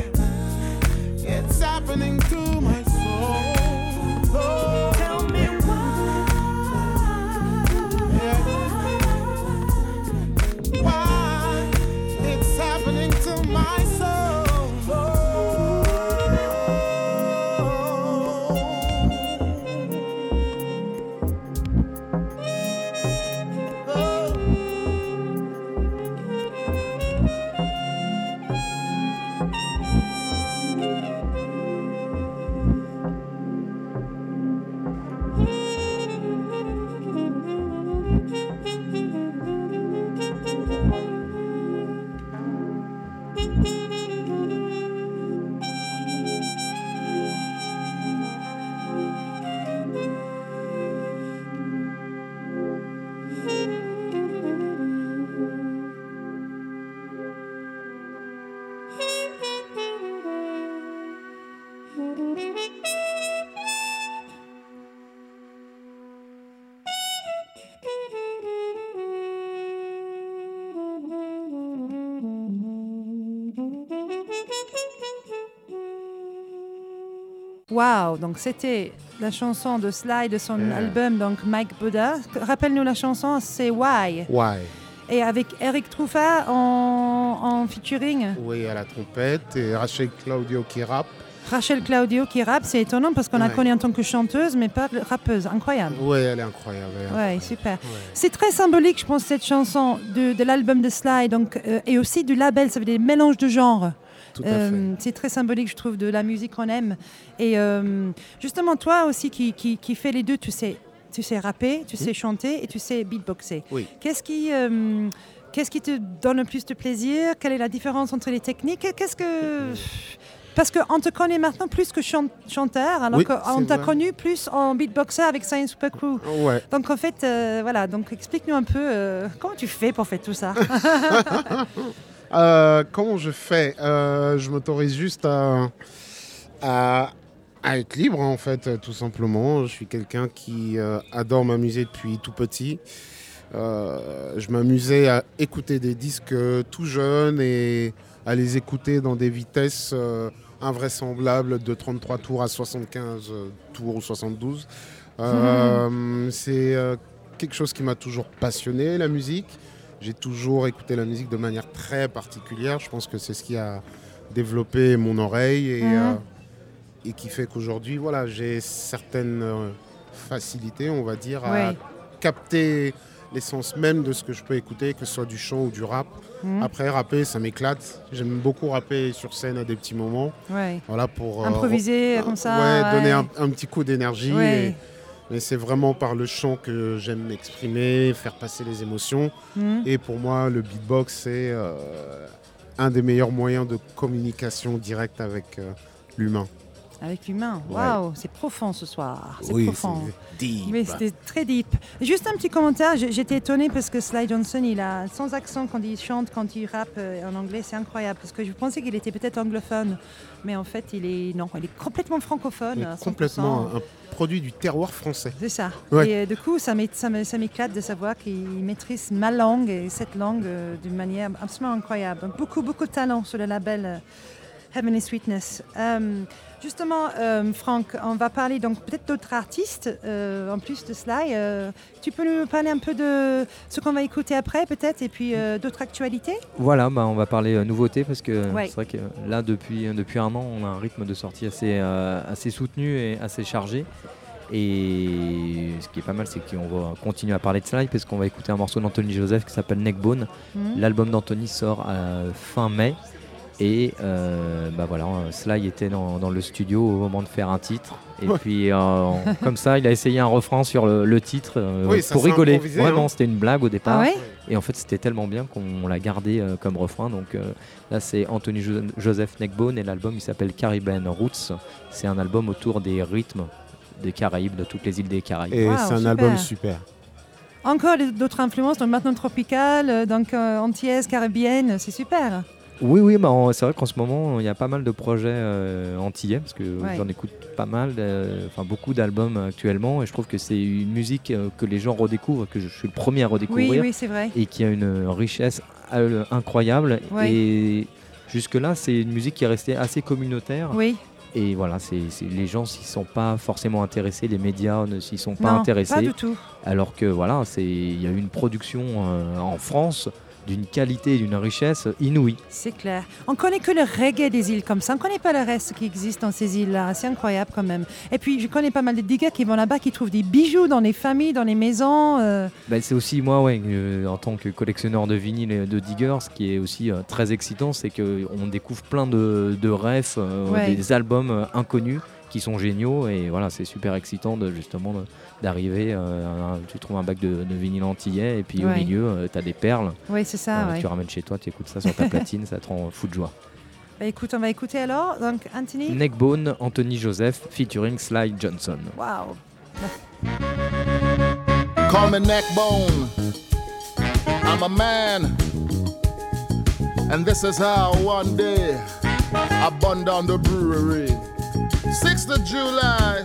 Happening to my soul. Oh, tell me why. Waouh, donc c'était la chanson de Sly de son album, donc Mike Buddha. Rappelle-nous la chanson, c'est Why. Why. Et avec Eric Truffat en featuring. Oui, à la trompette, et Rachel Claudio qui rappe. Rachel Claudio qui rappe, c'est étonnant parce qu'on la connaît en tant que chanteuse, mais pas rappeuse. Incroyable. Oui, elle est incroyable. Oui, super. Ouais. C'est très symbolique, je pense, cette chanson de l'album de Sly, donc, et aussi du label, ça veut dire des mélanges de genres. Tout à fait. C'est très symbolique, je trouve, de la musique qu'on aime. Et justement, toi aussi qui fais les deux, tu sais rapper, tu sais chanter et tu sais beatboxer. Oui. Qu'est-ce qui te donne le plus de plaisir? Quelle est la différence entre les techniques? Parce qu'on te connaît maintenant plus que chanteur, alors qu'on t'a connu plus en beatboxer avec Science Super Crew. Ouais. Donc en fait, voilà, donc explique-nous un peu comment tu fais pour faire tout ça. Comment je fais? Je m'autorise juste à être libre, en fait, tout simplement. Je suis quelqu'un qui adore m'amuser depuis tout petit. Je m'amusais à écouter des disques tout jeunes et à les écouter dans des vitesses invraisemblables de 33 tours à 75 tours ou 72. C'est quelque chose qui m'a toujours passionné, la musique. J'ai toujours écouté la musique de manière très particulière. Je pense que c'est ce qui a développé mon oreille et qui fait qu'aujourd'hui, voilà, j'ai certaines facilités, on va dire, à capter l'essence même de ce que je peux écouter, que ce soit du chant ou du rap. Après, rapper, ça m'éclate. J'aime beaucoup rapper sur scène à des petits moments. Voilà, pour improviser comme ça. Donner un petit coup d'énergie. Mais c'est vraiment par le chant que j'aime m'exprimer, faire passer les émotions. Et pour moi, le beatbox, c'est un des meilleurs moyens de communication directe avec l'humain. Avec l'humain, waouh, c'est profond ce soir. C'est profond. C'est deep. Oui, c'était très deep. Juste un petit commentaire, j'étais étonnée parce que Sly Johnson, il a sans accent quand il chante, quand il rappe en anglais, c'est incroyable. Parce que je pensais qu'il était peut-être anglophone, mais en fait, il est complètement francophone. Complètement un produit du terroir français. C'est ça. Ouais. Et du coup, ça m'éclate de savoir qu'il maîtrise ma langue et cette langue d'une manière absolument incroyable. Donc, beaucoup de talent sur le label Heavenly Sweetness. Justement, Franck, on va parler donc peut-être d'autres artistes en plus de Sly. Tu peux nous parler un peu de ce qu'on va écouter après peut-être et puis d'autres actualités? Voilà, on va parler nouveautés parce que c'est vrai que là depuis un an on a un rythme de sortie assez soutenu et assez chargé. Et ce qui est pas mal, c'est qu'on va continuer à parler de Sly parce qu'on va écouter un morceau d'Anthony Joseph qui s'appelle Neckbone. L'album d'Anthony sort fin mai. Et voilà, Sly était dans le studio au moment de faire un titre. Et puis, comme ça, il a essayé un refrain sur le titre pour rigoler. Vraiment, c'était une blague au départ. Et en fait, c'était tellement bien qu'on l'a gardé comme refrain. Donc là, c'est Anthony Joseph Neckbone et l'album, il s'appelle Caribbean Roots. C'est un album autour des rythmes des Caraïbes, de toutes les îles des Caraïbes. Et c'est un album super. Encore d'autres influences, donc maintenant tropicales, donc antillaise, caribéenne, c'est super. Oui, c'est vrai qu'en ce moment, il y a pas mal de projets antillais, parce que j'en écoute pas mal, beaucoup d'albums actuellement, et je trouve que c'est une musique que les gens redécouvrent, que je suis le premier à redécouvrir, oui, c'est vrai. Et qui a une richesse incroyable. Et jusque-là, c'est une musique qui est restée assez communautaire. Oui. Et voilà, les gens s'y sont pas forcément intéressés, les médias ne s'y sont pas intéressés. Pas du tout. Alors que voilà, il y a eu une production en France d'une qualité et d'une richesse inouïe. C'est clair. On ne connaît que le reggae des îles comme ça. On ne connaît pas le reste qui existe dans ces îles-là. C'est incroyable quand même. Et puis, je connais pas mal de diggers qui vont là-bas, qui trouvent des bijoux dans les familles, dans les maisons. C'est aussi moi, en tant que collectionneur de vinyles et de diggers, ce qui est aussi très excitant, c'est qu'on découvre plein de refs, des albums inconnus qui sont géniaux. Et voilà, c'est super excitant d'arriver, tu trouves un bac de vinyle antillais et puis au milieu tu as des perles. Oui, c'est ça. Tu ramènes chez toi, tu écoutes ça sur ta platine, ça te rend fou de joie. Écoute, on va écouter alors. Donc Anthony. Neckbone, Anthony Joseph featuring Sly Johnson. Wow. Call me Neckbone. I'm a man. And this is how one day I burned down the brewery. 6th of July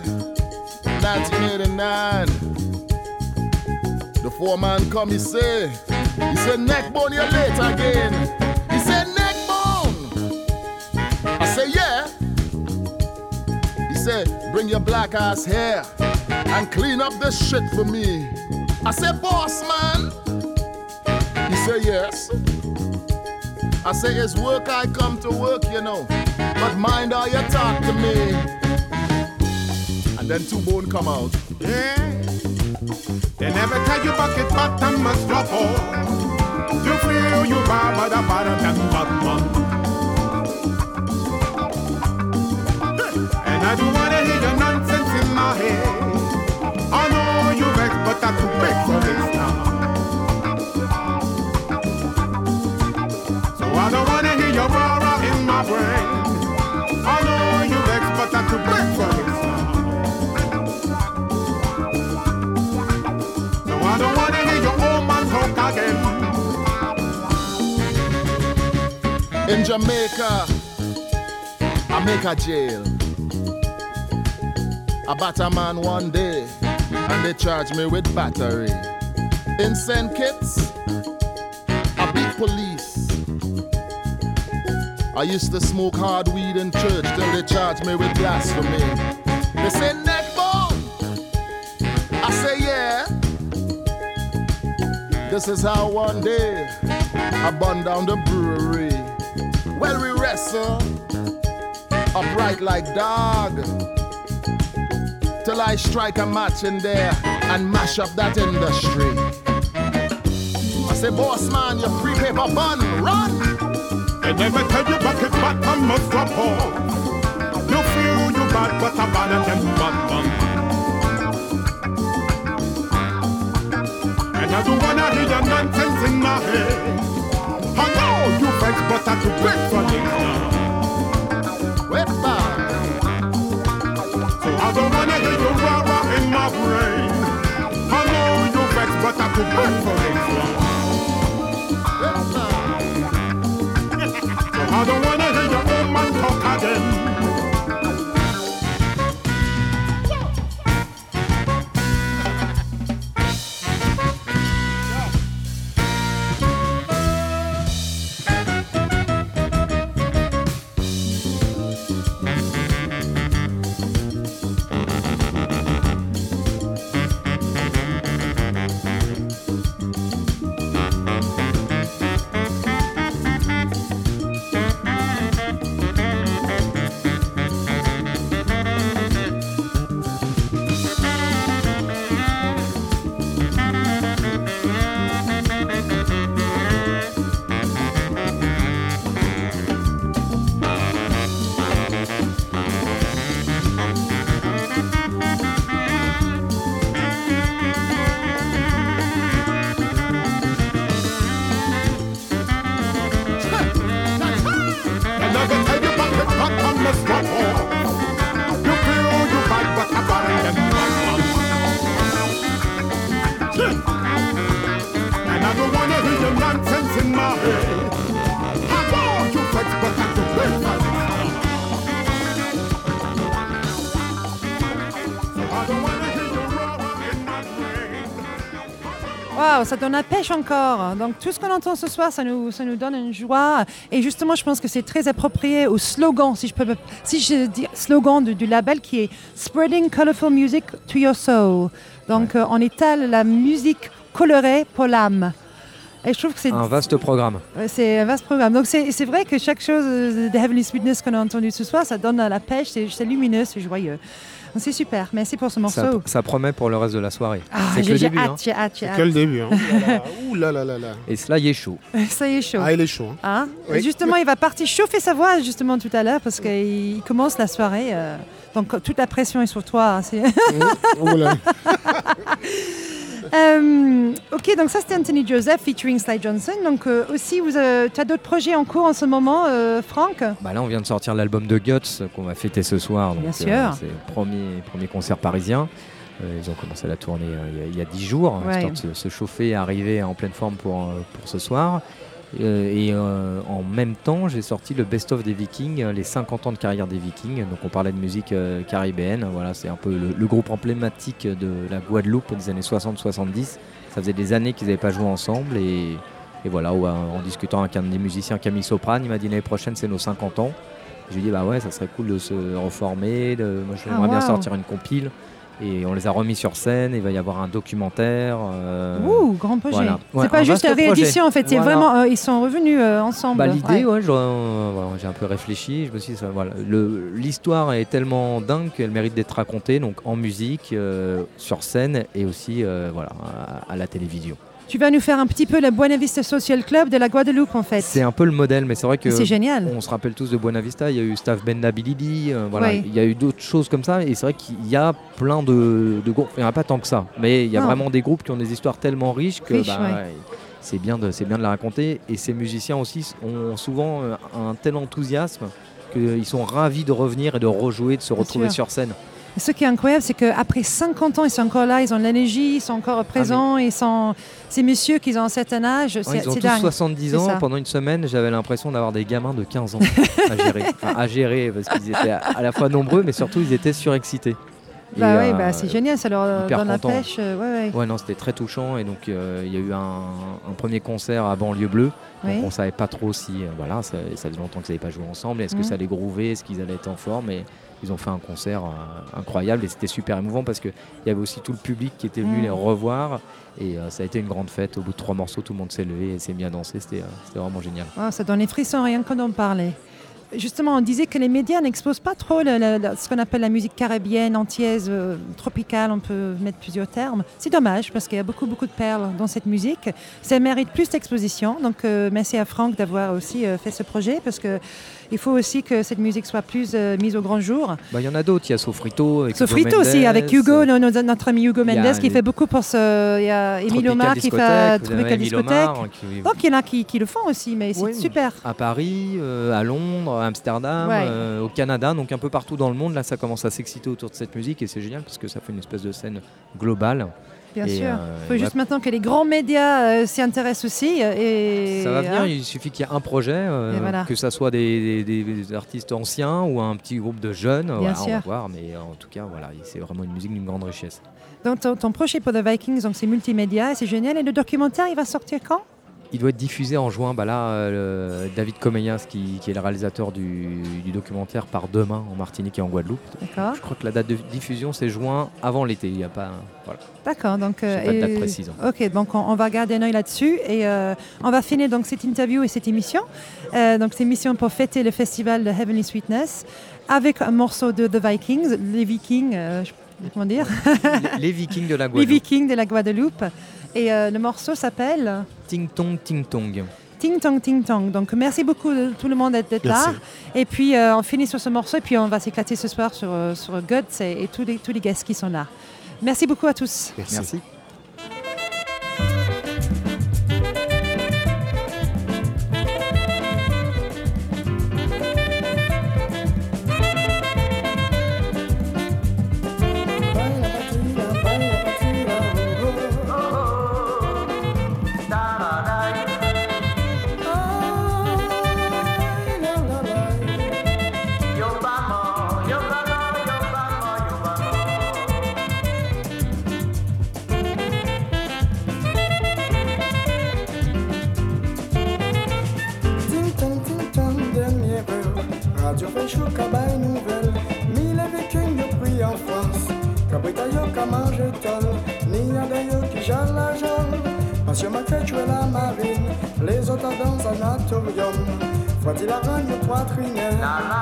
1989. The foreman come, he said, Neckbone, you're late again. He said, Neckbone. I say, yeah. He say, bring your black ass here and clean up this shit for me. I say, boss man. He say, yes. I say, it's work I come to work, you know. But mind how you talk to me. And then two bone come out. Yeah. They never tell you bucket bottom must drop off. You feel you bad, but a bottom than bottom. And I don't wanna hear your nonsense in my head. I know you vex, but I'm too big for this now. So I don't wanna hear your rah-rah in my brain. I know you vex, but I'm too big for this now. So I don't wanna hear your old man talk again. In Jamaica, I make a jail. I bat a man one day, and they charge me with battery. In St. Kitts, I beat police. I used to smoke hard weed in church till they charge me with blasphemy. They say neck bone. I say yeah. This is how one day I burned down the brewery. Well, we wrestle upright like dog till I strike a match in there and mash up that industry. I say, boss man, you free paper bun, run! They never tell you bucket bottom must drop off. You feel you bad, but a bad and then bottom. And I don't wanna hear your nonsense in my head. I know you vex, but I'm too quick for this now. Wait, so I don't wanna hear you rah-rah in my brain. I know you vex, but I'm too quick for this now. So I don't wanna hear your old man talk again. Waouh, ça donne la pêche encore. Donc tout ce qu'on entend ce soir, ça nous donne une joie. Et justement, je pense que c'est très approprié au slogan, si je dis slogan du label qui est Spreading Colorful Music to Your Soul. Donc on étale la musique colorée pour l'âme. Et je trouve que c'est un vaste programme. C'est un vaste programme. Donc c'est vrai que chaque chose de Heavenly Sweetness qu'on a entendu ce soir, ça donne la pêche, c'est lumineux, c'est joyeux. C'est super, merci pour ce morceau. Ça promet pour le reste de la soirée. Ah, c'est que le début. J'ai hâte. C'est que le début. Hein. Ouh là là là là. Et cela y est chaud. Ça y est chaud. Ah, il est chaud. Hein? Oui. Justement, il va partir chauffer sa voix justement tout à l'heure parce qu'il commence la soirée. Donc toute la pression est sur toi. Hein, oh là. Ok, donc ça c'était Anthony Joseph featuring Sly Johnson. Donc aussi, tu as d'autres projets en cours en ce moment, Franck? Bah là, on vient de sortir l'album de Guts qu'on va fêter ce soir. Donc, bien sûr. C'est le premier concert parisien. Ils ont commencé la tournée il y a 10 jours, histoire de se chauffer et arriver en pleine forme pour ce soir. En même temps, j'ai sorti le Best of des Vikings, les 50 ans de carrière des Vikings. Donc on parlait de musique caribéenne. Voilà, c'est un peu le groupe emblématique de la Guadeloupe des années 60-70. Ça faisait des années qu'ils n'avaient pas joué ensemble. Et voilà, en discutant avec un des musiciens, Camille Soprane, il m'a dit l'année prochaine, c'est nos 50 ans. Je lui ai dit bah ouais, ça serait cool de se reformer. Moi, j'aimerais bien sortir une compile. Et on les a remis sur scène. Il va y avoir un documentaire. Grand projet. Voilà. C'est pas juste la réédition en fait. C'est vraiment ils sont revenus ensemble. L'idée, j'ai un peu réfléchi. Je me suis dit, l'histoire est tellement dingue qu'elle mérite d'être racontée, donc en musique, sur scène et aussi à la télévision. Tu vas nous faire un petit peu le Buena Vista Social Club de la Guadeloupe en fait. C'est un peu le modèle, mais c'est vrai que c'est génial. On se rappelle tous de Buena Vista, il y a eu Staff Benda Bilidi, il y a eu d'autres choses comme ça, et c'est vrai qu'il y a plein de groupes, il n'y en a pas tant que ça, mais il y a vraiment des groupes qui ont des histoires tellement riches que c'est bien de la raconter, et ces musiciens aussi ont souvent un tel enthousiasme qu'ils sont ravis de revenir et de rejouer, de se retrouver sur scène. Ce qui est incroyable, c'est qu'après 50 ans, ils sont encore là, ils ont de l'énergie, ils sont encore présents, ces messieurs qui ont un certain âge, ils ont tous dingue. 70 ans. Pendant une semaine, j'avais l'impression d'avoir des gamins de 15 ans à gérer, parce qu'ils étaient à la fois nombreux, mais surtout ils étaient surexcités. C'est génial, ça leur donne la pêche. C'était très touchant, et donc il y a eu un premier concert à Banlieue Bleue. Donc on ne savait pas trop si, ça faisait longtemps qu'ils n'avaient pas joué ensemble, est-ce que ça allait groover, est-ce qu'ils allaient être en forme, et ils ont fait un concert incroyable, et c'était super émouvant parce qu'il y avait aussi tout le public qui était venu les revoir, et ça a été une grande fête. Au bout de 3 morceaux, tout le monde s'est levé et s'est mis à danser, c'était vraiment génial. Ça donne les frissons rien que d'en parler. Justement, on disait que les médias n'exposent pas trop ce qu'on appelle la musique caribéenne, antillaise, tropicale, on peut mettre plusieurs termes. C'est dommage parce qu'il y a beaucoup de perles dans cette musique. Ça mérite plus d'exposition. Donc merci à Franck d'avoir aussi fait ce projet, parce qu'il faut aussi que cette musique soit plus mise au grand jour. Il y en a d'autres, il y a Sofrito. Sofrito aussi, avec Hugo, notre ami Hugo Mendes qui fait beaucoup pour ce... Il y a Émile Omar qui fait Tropical Discothèque. Donc il y en a qui le font aussi, mais c'est super. À Paris, à Londres, à Amsterdam, au Canada, donc un peu partout dans le monde. Là, ça commence à s'exciter autour de cette musique, et c'est génial parce que ça fait une espèce de scène globale. Bien sûr. Il faut juste maintenant que les grands médias s'y intéressent aussi. Ça va venir, il suffit qu'il y ait un projet, que ça soit des artistes anciens ou un petit groupe de jeunes. On va voir, mais en tout cas, c'est vraiment une musique d'une grande richesse. Donc ton projet pour The Vikings, donc c'est multimédia, c'est génial. Et le documentaire, il va sortir quand ? Il doit être diffusé en juin. David Comeyas, qui est le réalisateur du documentaire, part demain en Martinique et en Guadeloupe. D'accord. Je crois que la date de diffusion, c'est juin, avant l'été. Il n'y a pas... D'accord. Donc, pas de date précise. Ok, donc on va garder un œil là-dessus, et on va finir donc cette interview et cette émission. Donc cette émission pour fêter le festival de Heavenly Sweetness avec un morceau de The Vikings, les Vikings, comment dire les Vikings de la Guadeloupe. Les Vikings de la Guadeloupe. Et le morceau s'appelle Ting Tong Ting Tong. Ting Tong Ting Tong. Donc merci beaucoup tout le monde d'être là. Et puis on finit sur ce morceau, et puis on va s'éclater ce soir sur Guts et tous les guests qui sont là. Merci beaucoup à tous. Merci. Radio Frenchou, Cabaye Nouvelle, ni les Vikings yo pris en France, Cabrita yo ka mange tol, ni y'a yo qui jale la jambe, Monsieur Macfait jouait la marine, les autres dans un sanatorium, faut-il la rendre poitrinaire?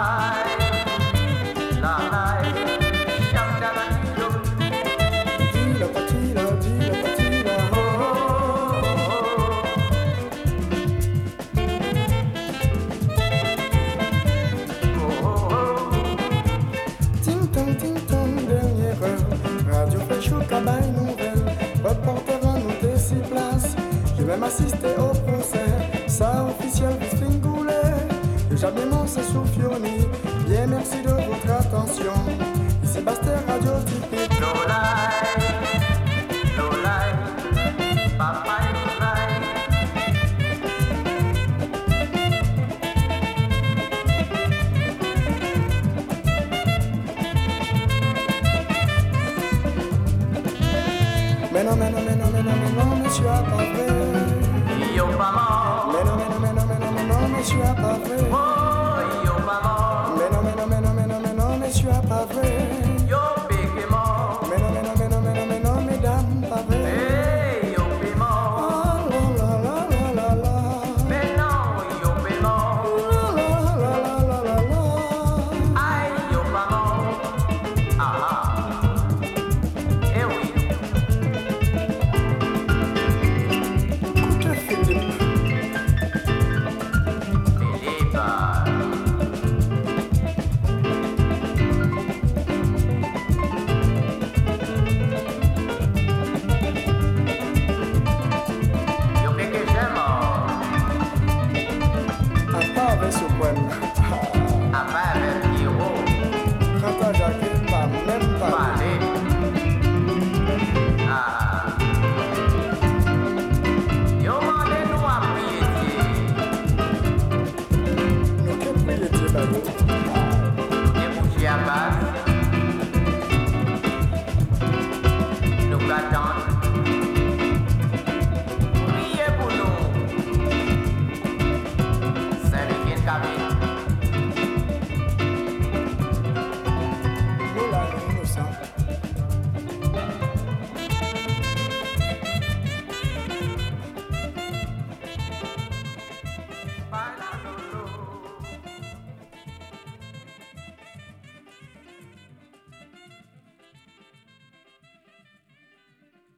Cabaye Nouvelle, reporter en nous des 6 places. J'ai même assisté au concert, ça officiel Christine Goulet. Le Jabémon c'est Soufioni, bien merci de votre attention. Ici Bastère Radio Typique. No lie, papa no lie. Mais non, monsieur a pas vrai. Yo pas mort. Mais non, monsieur a pas vrai. Oh, yo pas mort.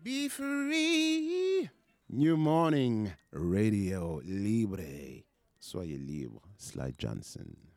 Be free. New Morning Radio Libre. Soyez libre. Sly Johnson.